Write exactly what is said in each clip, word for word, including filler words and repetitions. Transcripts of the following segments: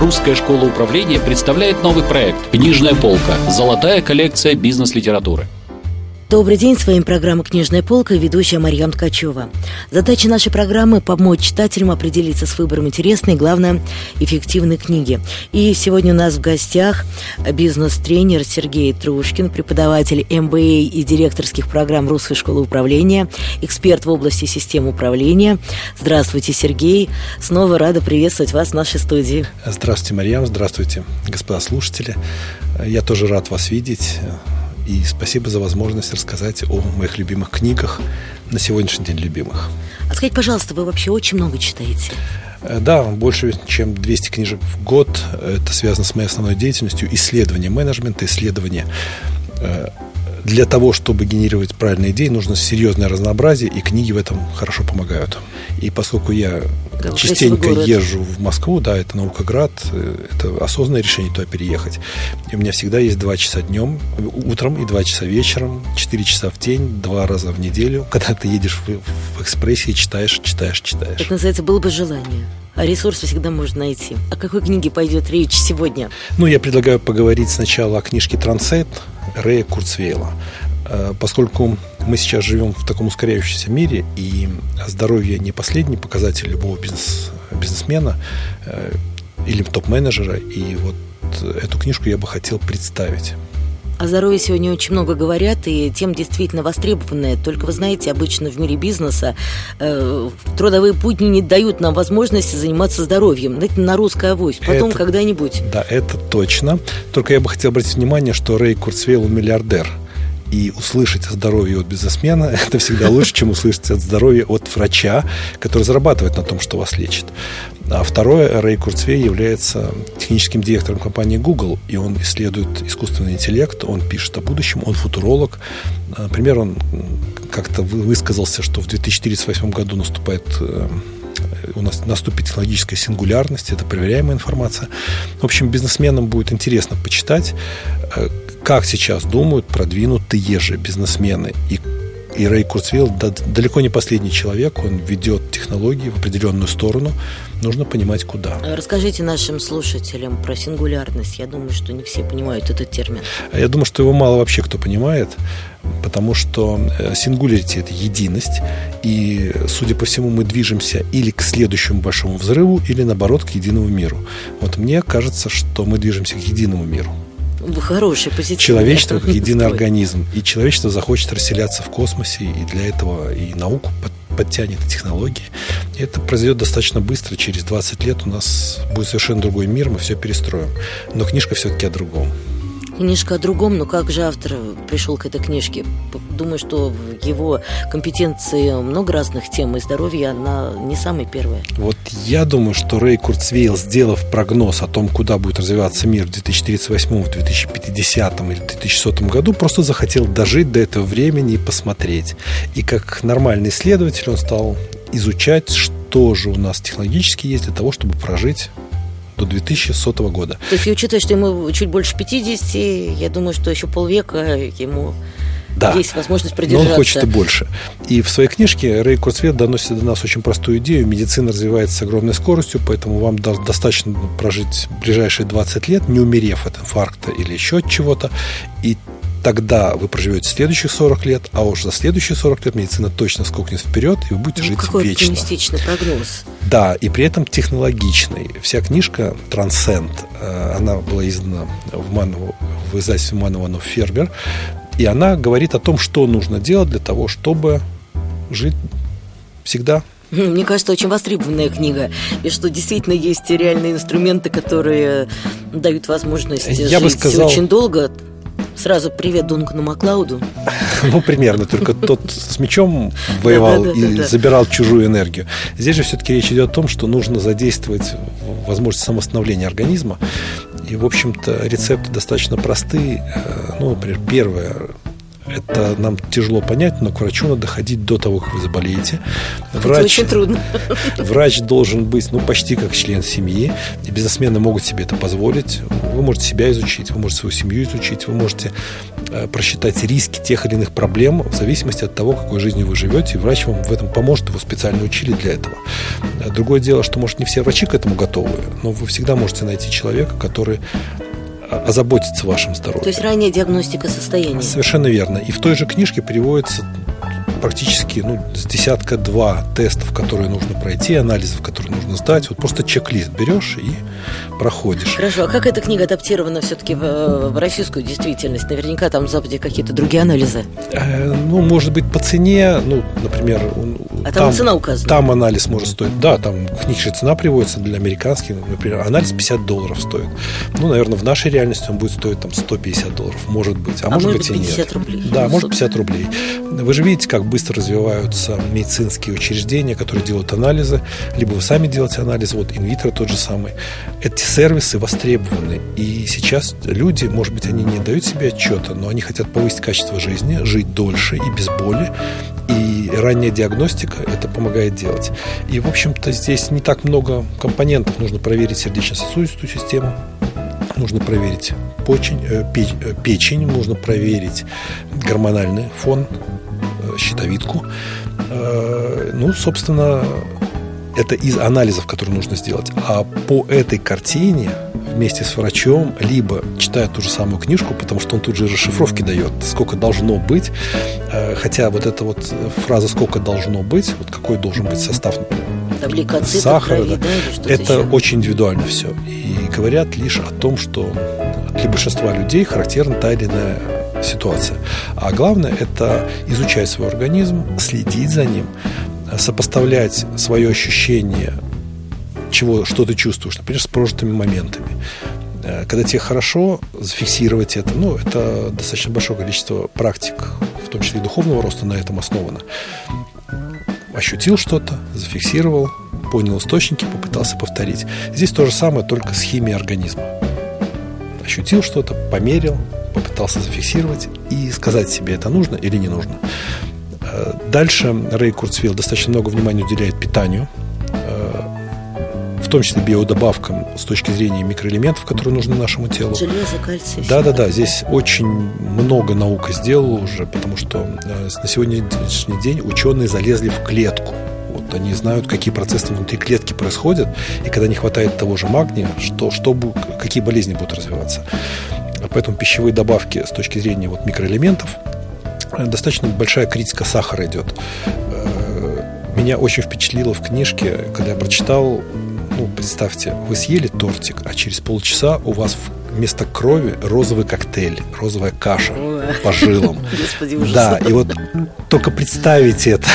Русская школа управления представляет новый проект «Книжная полка. Золотая коллекция бизнес-литературы». Добрый день, с вами программа «Книжная полка» и ведущая Марьям Ткачева. Задача нашей программы – помочь читателям определиться с выбором интересной, главное, эффективной книги. И сегодня у нас в гостях бизнес-тренер Сергей Трушкин, преподаватель эм бэ а и директорских программ Русской школы управления, эксперт в области систем управления. Здравствуйте, Сергей. Снова рада приветствовать вас в нашей студии. Здравствуйте, Марьям. Здравствуйте, господа слушатели. Я тоже рад вас видеть. И спасибо за возможность рассказать о моих любимых книгах, на сегодняшний день любимых. А скажите, пожалуйста, вы вообще очень много читаете? Да, больше чем двести книжек в год. Это связано с моей основной деятельностью. Исследование менеджмента, исследование. Для того, чтобы генерировать правильные идеи, нужно серьезное разнообразие, и книги в этом хорошо помогают. И поскольку я да, частенько езжу в Москву, да, это Наукоград, это осознанное решение туда переехать. И у меня всегда есть два часа днем, утром и два часа вечером, четыре часа в день, два раза в неделю, когда ты едешь в, в экспрессе и читаешь, читаешь, читаешь. Это называется «Было бы желание». А ресурсы всегда можно найти. О какой книге пойдет речь сегодня? Ну, я предлагаю поговорить сначала о книжке «Трансет» Рэя Курцвейла. Поскольку мы сейчас живем в таком ускоряющемся мире, и здоровье не последний показатель любого бизнес, бизнесмена или топ-менеджера, и вот эту книжку я бы хотел представить. О здоровье сегодня очень много говорят, и тема действительно востребованная. Только вы знаете, обычно в мире бизнеса э, трудовые будни не дают нам возможности заниматься здоровьем. Это на русская авось. Потом это, когда-нибудь. Да, это точно. Только я бы хотел обратить внимание, что Рэй Курцвейл миллиардер. И услышать о здоровье от бизнесмена – это всегда лучше, чем услышать от здоровья от врача, который зарабатывает на том, что вас лечит. А второе, Рэй Курцвейл является техническим директором компании Google, и он исследует искусственный интеллект, он пишет о будущем, он футуролог. Например, он как-то высказался, что в две тысячи тридцать восьмом году наступает... у нас наступит технологическая сингулярность, это проверяемая информация. В общем, бизнесменам будет интересно почитать, как сейчас думают продвинутые же бизнесмены. И, и Рэй Курцвейл да, далеко не последний человек, он ведет технологии в определенную сторону. Нужно понимать, куда. Расскажите нашим слушателям про сингулярность. Я думаю, что не все понимают этот термин. Я думаю, что его мало вообще кто понимает, потому что сингулярити – это единость, и, судя по всему, мы движемся или к следующему большому взрыву, или, наоборот, к единому миру. Вот мне кажется, что мы движемся к единому миру. Хороший, позитивный. Человечество как единый организм. И человечество захочет расселяться в космосе, и для этого и науку под, подтянет, и технологии. И это произойдет достаточно быстро. Через двадцать лет у нас будет совершенно другой мир, мы все перестроим. Но книжка все-таки о другом. Книжка о другом, но как же автор пришел к этой книжке? Думаю, что в его компетенции много разных тем, и здоровье, она не самая первая. Вот я думаю, что Рэй Курцвейл, сделав прогноз о том, куда будет развиваться мир в две тысячи тридцать восьмом, в две тысячи пятидесятом или две тысячи сотом году, просто захотел дожить до этого времени и посмотреть. И как нормальный исследователь он стал изучать, что же у нас технологически есть для того, чтобы прожить до две тысячи сотого года. То есть, учитывая, что ему чуть больше пятидесяти, я думаю, что еще полвека ему да. есть возможность продержаться. Но он хочет и больше. И в своей книжке Рэй Курцвейл доносит до нас очень простую идею. Медицина развивается с огромной скоростью, поэтому вам достаточно прожить ближайшие двадцать лет, не умерев от инфаркта или еще от чего-то, и тогда вы проживете следующих сорок лет, а уж за следующие сорок лет медицина точно скокнет вперед, и вы будете ну, жить какой вечно. Какой оптимистичный прогноз. Да, и при этом технологичный. Вся книжка «Трансет», она была издана в, Манову, в издательстве Манованов Фербер, и она говорит о том, что нужно делать для того, чтобы жить всегда. Мне кажется, очень востребованная книга, и что действительно есть реальные инструменты, которые дают возможность Я жить бы сказал... очень долго. Сразу привет Дункану Маклауду. Ну, примерно, только тот с мечом воевал и забирал чужую энергию. Здесь же все-таки речь идет о том, что нужно задействовать возможность самовосстановления организма. И, в общем-то, рецепты достаточно простые. Ну, например, первое – Это нам тяжело понять, но к врачу надо ходить до того, как вы заболеете. Врач, это очень трудно. Врач должен быть, ну, почти как член семьи. И бизнесмены могут себе это позволить. Вы можете себя изучить, вы можете свою семью изучить, вы можете э, просчитать риски тех или иных проблем в зависимости от того, какой жизнью вы живете. И врач вам в этом поможет, его специально учили для этого. Другое дело, что, может, не все врачи к этому готовы, но вы всегда можете найти человека, который озаботиться вашим здоровьем. То есть ранняя диагностика состояния. Совершенно верно. И в той же книжке приводится практически ну, с десятка-два тестов, которые нужно пройти, анализов, которые нужно сдать. Вот просто чек-лист берешь и проходишь. Хорошо, а как эта книга адаптирована все-таки в, в российскую действительность? Наверняка там в Западе какие-то другие анализы. Э, ну, может быть, по цене, ну, например... А там, там цена указана? Там анализ может стоить, да, там в книжке цена приводится для американских, например, анализ пятьдесят долларов стоит. Ну, наверное, в нашей реальности он будет стоить там сто пятьдесят долларов, может быть, а, а может быть и нет. пятьдесят рублей. Да, может пятьдесят рублей. Вы же видите, как быстро развиваются медицинские учреждения, которые делают анализы, либо вы сами делаете анализы, вот инвитро тот же самый. Эти сервисы востребованы, и сейчас люди, может быть, они не дают себе отчета, но они хотят повысить качество жизни, жить дольше и без боли, и ранняя диагностика это помогает делать. И, в общем-то, здесь не так много компонентов. Нужно проверить сердечно-сосудистую систему, нужно проверить почень, э, печень, э, печень, нужно проверить гормональный фон, э, щитовидку. Э, ну, собственно, это из анализов, которые нужно сделать. А по этой картине вместе с врачом, либо читая ту же самую книжку, потому что он тут же расшифровки дает, сколько должно быть. Хотя вот эта вот фраза «сколько должно быть», вот какой должен быть состав сахара, да, это еще? Очень индивидуально все. И говорят лишь о том, что для большинства людей характерна та или иная ситуация. А главное – это изучать свой организм, следить за ним, сопоставлять свое ощущение, чего, что ты чувствуешь, например, с прожитыми моментами. Когда тебе хорошо, зафиксировать это. Ну, это достаточно большое количество практик, в том числе и духовного роста, на этом основано. Ощутил что-то, зафиксировал, понял источники, попытался повторить. Здесь то же самое, только с химией организма. Ощутил что-то, померил, попытался зафиксировать и сказать себе, это нужно или не нужно. Дальше Рэй Курцвейл достаточно много внимания уделяет питанию, в том числе биодобавкам с точки зрения микроэлементов, которые нужны нашему телу. Железо, кальций. Да-да-да, здесь очень много наука сделала уже, потому что на сегодняшний день ученые залезли в клетку. Вот они знают, какие процессы внутри клетки происходят, и когда не хватает того же магния, что, что, какие болезни будут развиваться. Поэтому пищевые добавки с точки зрения вот микроэлементов, достаточно большая критика сахара идет. Меня очень впечатлило в книжке, когда я прочитал. Ну, представьте, вы съели тортик, а через полчаса у вас вместо крови розовый коктейль, розовая каша по жилам. Господи, ужас. Да, и вот только представить это.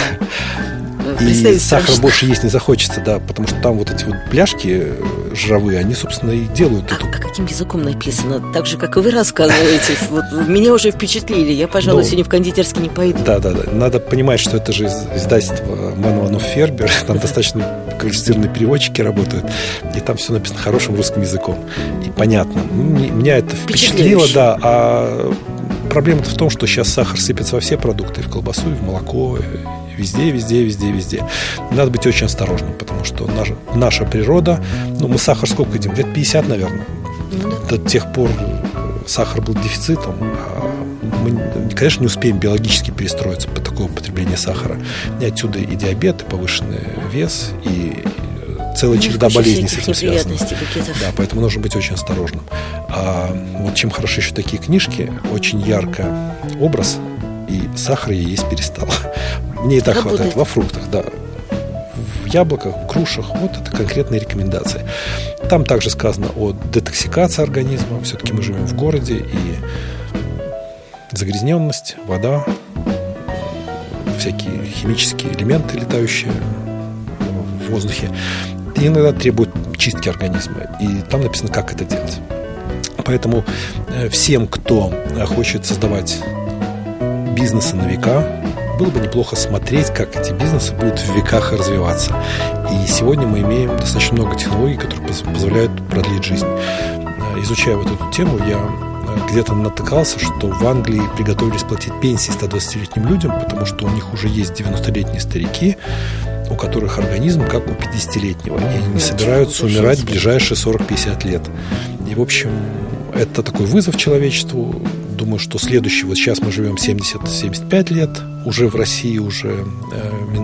И сахар больше есть не захочется, да, потому что там вот эти вот пляшки жировые, они, собственно, и делают а, эту... А каким языком написано? Так же, как и вы рассказываете. Вот, меня уже впечатлили. Я, пожалуй, ну, сегодня в кондитерский не пойду. Да, да, да. Надо понимать, что это же издательство Мануанов Фербер. Там достаточно квалифицированные переводчики работают. И там все написано хорошим русским языком. И понятно. Меня это впечатлило, да. А проблема-то в том, что сейчас сахар сыпется во все продукты. И в колбасу, и в молоко, везде, везде, везде, везде. Надо быть очень осторожным, потому что наша, наша природа... Ну, мы сахар сколько едим? Лет пятьдесят, наверное. Ну, да. До тех пор сахар был дефицитом. А мы, конечно, не успеем биологически перестроиться под такое употребление сахара. И отсюда и диабет, и повышенный вес, и целая ну, череда болезней с этим связана. Да, поэтому нужно быть очень осторожным. А вот чем хороши еще такие книжки, очень ярко образ, и сахар я есть перестал. Мне и так Работает. хватает во фруктах, да. В яблоках, в грушах. Вот это конкретные рекомендации. Там также сказано о детоксикации организма. Все-таки мы живем в городе, и загрязненность, вода, всякие химические элементы, летающие в воздухе, и иногда требуют чистки организма. И там написано, как это делать. Поэтому всем, кто хочет создавать бизнесы на века, было бы неплохо смотреть, как эти бизнесы будут в веках развиваться. И сегодня мы имеем достаточно много технологий, которые позволяют продлить жизнь. Изучая вот эту тему, я где-то натыкался, что в Англии приготовились платить пенсии ста двадцатилетним людям, потому что у них уже есть девяностолетние старики, у которых организм как у пятидесятилетнего, и они не собираются умирать в ближайшие сорок-пятьдесят лет. И, в общем, это такой вызов человечеству. Думаю, что следующий, вот сейчас мы живем семьдесят-семьдесят пять лет, уже в России уже э, мин,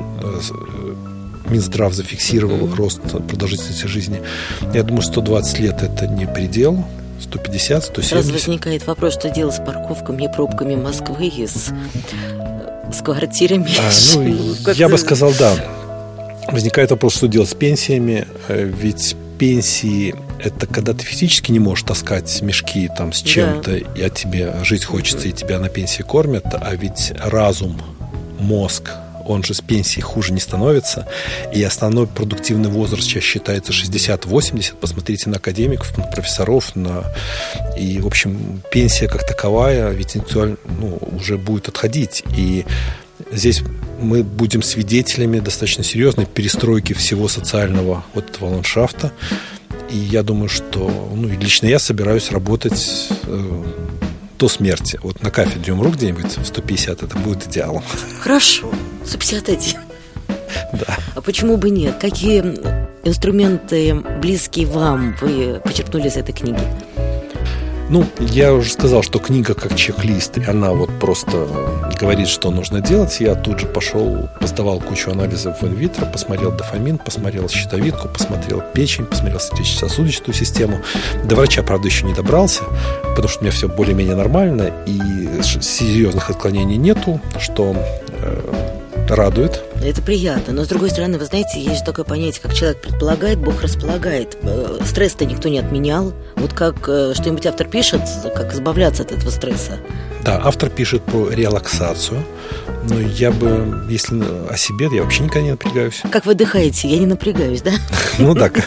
э, Минздрав зафиксировал mm-hmm. рост продолжительности жизни. Я думаю, сто двадцать лет это не предел, сто пятьдесят, сто семьдесят. Сразу возникает вопрос, что делать с парковками и пробками Москвы и с, с квартирами. А, ну, я бы сказал, да. Возникает вопрос, что делать с пенсиями, ведь пенсии – это когда ты физически не можешь таскать мешки там с чем-то, да. и от тебе жить хочется, и тебя на пенсии кормят, а ведь разум, мозг, он же с пенсии хуже не становится, и основной продуктивный возраст сейчас считается шестьдесят-восемьдесят. Посмотрите на академиков, на профессоров, на... и, в общем, пенсия как таковая ведь интеллектуально, ну, уже будет отходить, и здесь мы будем свидетелями достаточно серьезной перестройки всего социального вот этого ландшафта. И я думаю, что ну, лично я собираюсь работать э, до смерти. Вот на кафедре умру где-нибудь в сто пятьдесят, это будет идеалом. Хорошо, сто пятьдесят один. Да. А почему бы нет? Какие инструменты, близкие вам, вы почерпнули из этой книги? Ну, я уже сказал, что книга как чек-лист, она вот просто говорит, что нужно делать. Я тут же пошел, сдавал кучу анализов в инвитро, посмотрел дофамин, посмотрел щитовидку, посмотрел печень, посмотрел сердечно-сосудистую систему. До врача, правда, еще не добрался, потому что у меня все более-менее нормально, и серьезных отклонений нету, что э, радует. Это приятно, но с другой стороны, вы знаете, есть же такое понятие, как человек предполагает, Бог располагает. Стресс-то никто не отменял. Вот как что-нибудь автор пишет, как избавляться от этого стресса. Да, автор пишет про релаксацию. Но я бы, если о себе, я вообще никогда не напрягаюсь. Как вы отдыхаете? Я не напрягаюсь, да? Ну так.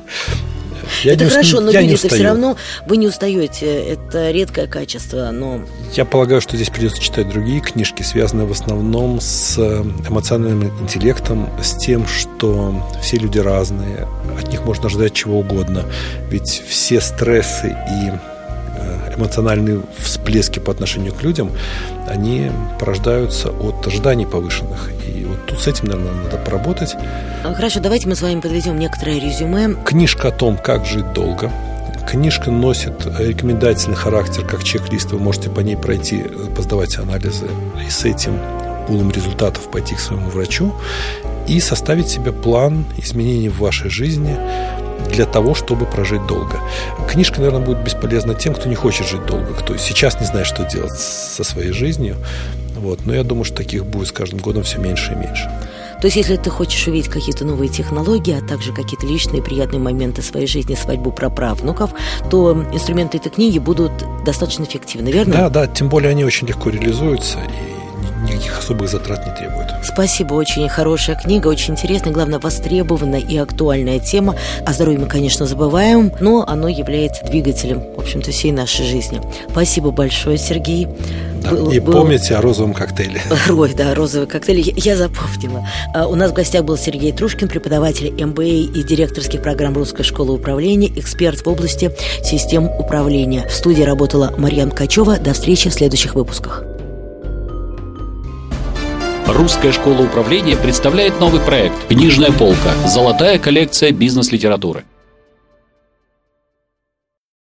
Я это не хорошо, уст... но я видите, все равно вы не устаете. Это редкое качество, но... Я полагаю, что здесь придется читать другие книжки, связанные в основном с эмоциональным интеллектом, с тем, что все люди разные, от них можно ожидать чего угодно. Ведь все стрессы и эмоциональные всплески по отношению к людям, они порождаются от ожиданий повышенных. И вот тут с этим, наверное, надо поработать. Хорошо, давайте мы с вами подведем некоторое резюме. Книжка о том, как жить долго. Книжка носит рекомендательный характер, как чек-лист. Вы можете по ней пройти, поздавать анализы и с этим пулом результатов пойти к своему врачу и составить себе план изменений в вашей жизни для того, чтобы прожить долго. Книжка, наверное, будет бесполезна тем, кто не хочет жить долго, кто сейчас не знает, что делать со своей жизнью. Вот. Но я думаю, что таких будет с каждым годом все меньше и меньше. То есть, если ты хочешь увидеть какие-то новые технологии, а также какие-то личные приятные моменты своей жизни, свадьбу праправнуков, то инструменты этой книги будут достаточно эффективны, верно? Да, да, тем более они очень легко реализуются и никаких особых затрат не требуют. Спасибо, очень хорошая книга, очень интересная, главное, востребованная и актуальная тема. О здоровье мы, конечно, забываем, но оно является двигателем, в общем-то, всей нашей жизни. Спасибо большое, Сергей. Да, был, и был... помните о розовом коктейле. Ой, да, розовый коктейль, я, я запомнила. У нас в гостях был Сергей Трушкин, преподаватель эм бэ а и директорских программ Русской школы управления, эксперт в области систем управления. В студии работала Марьям Ткачева. До встречи в следующих выпусках. Русская школа управления представляет новый проект «Книжная полка. Золотая коллекция бизнес-литературы».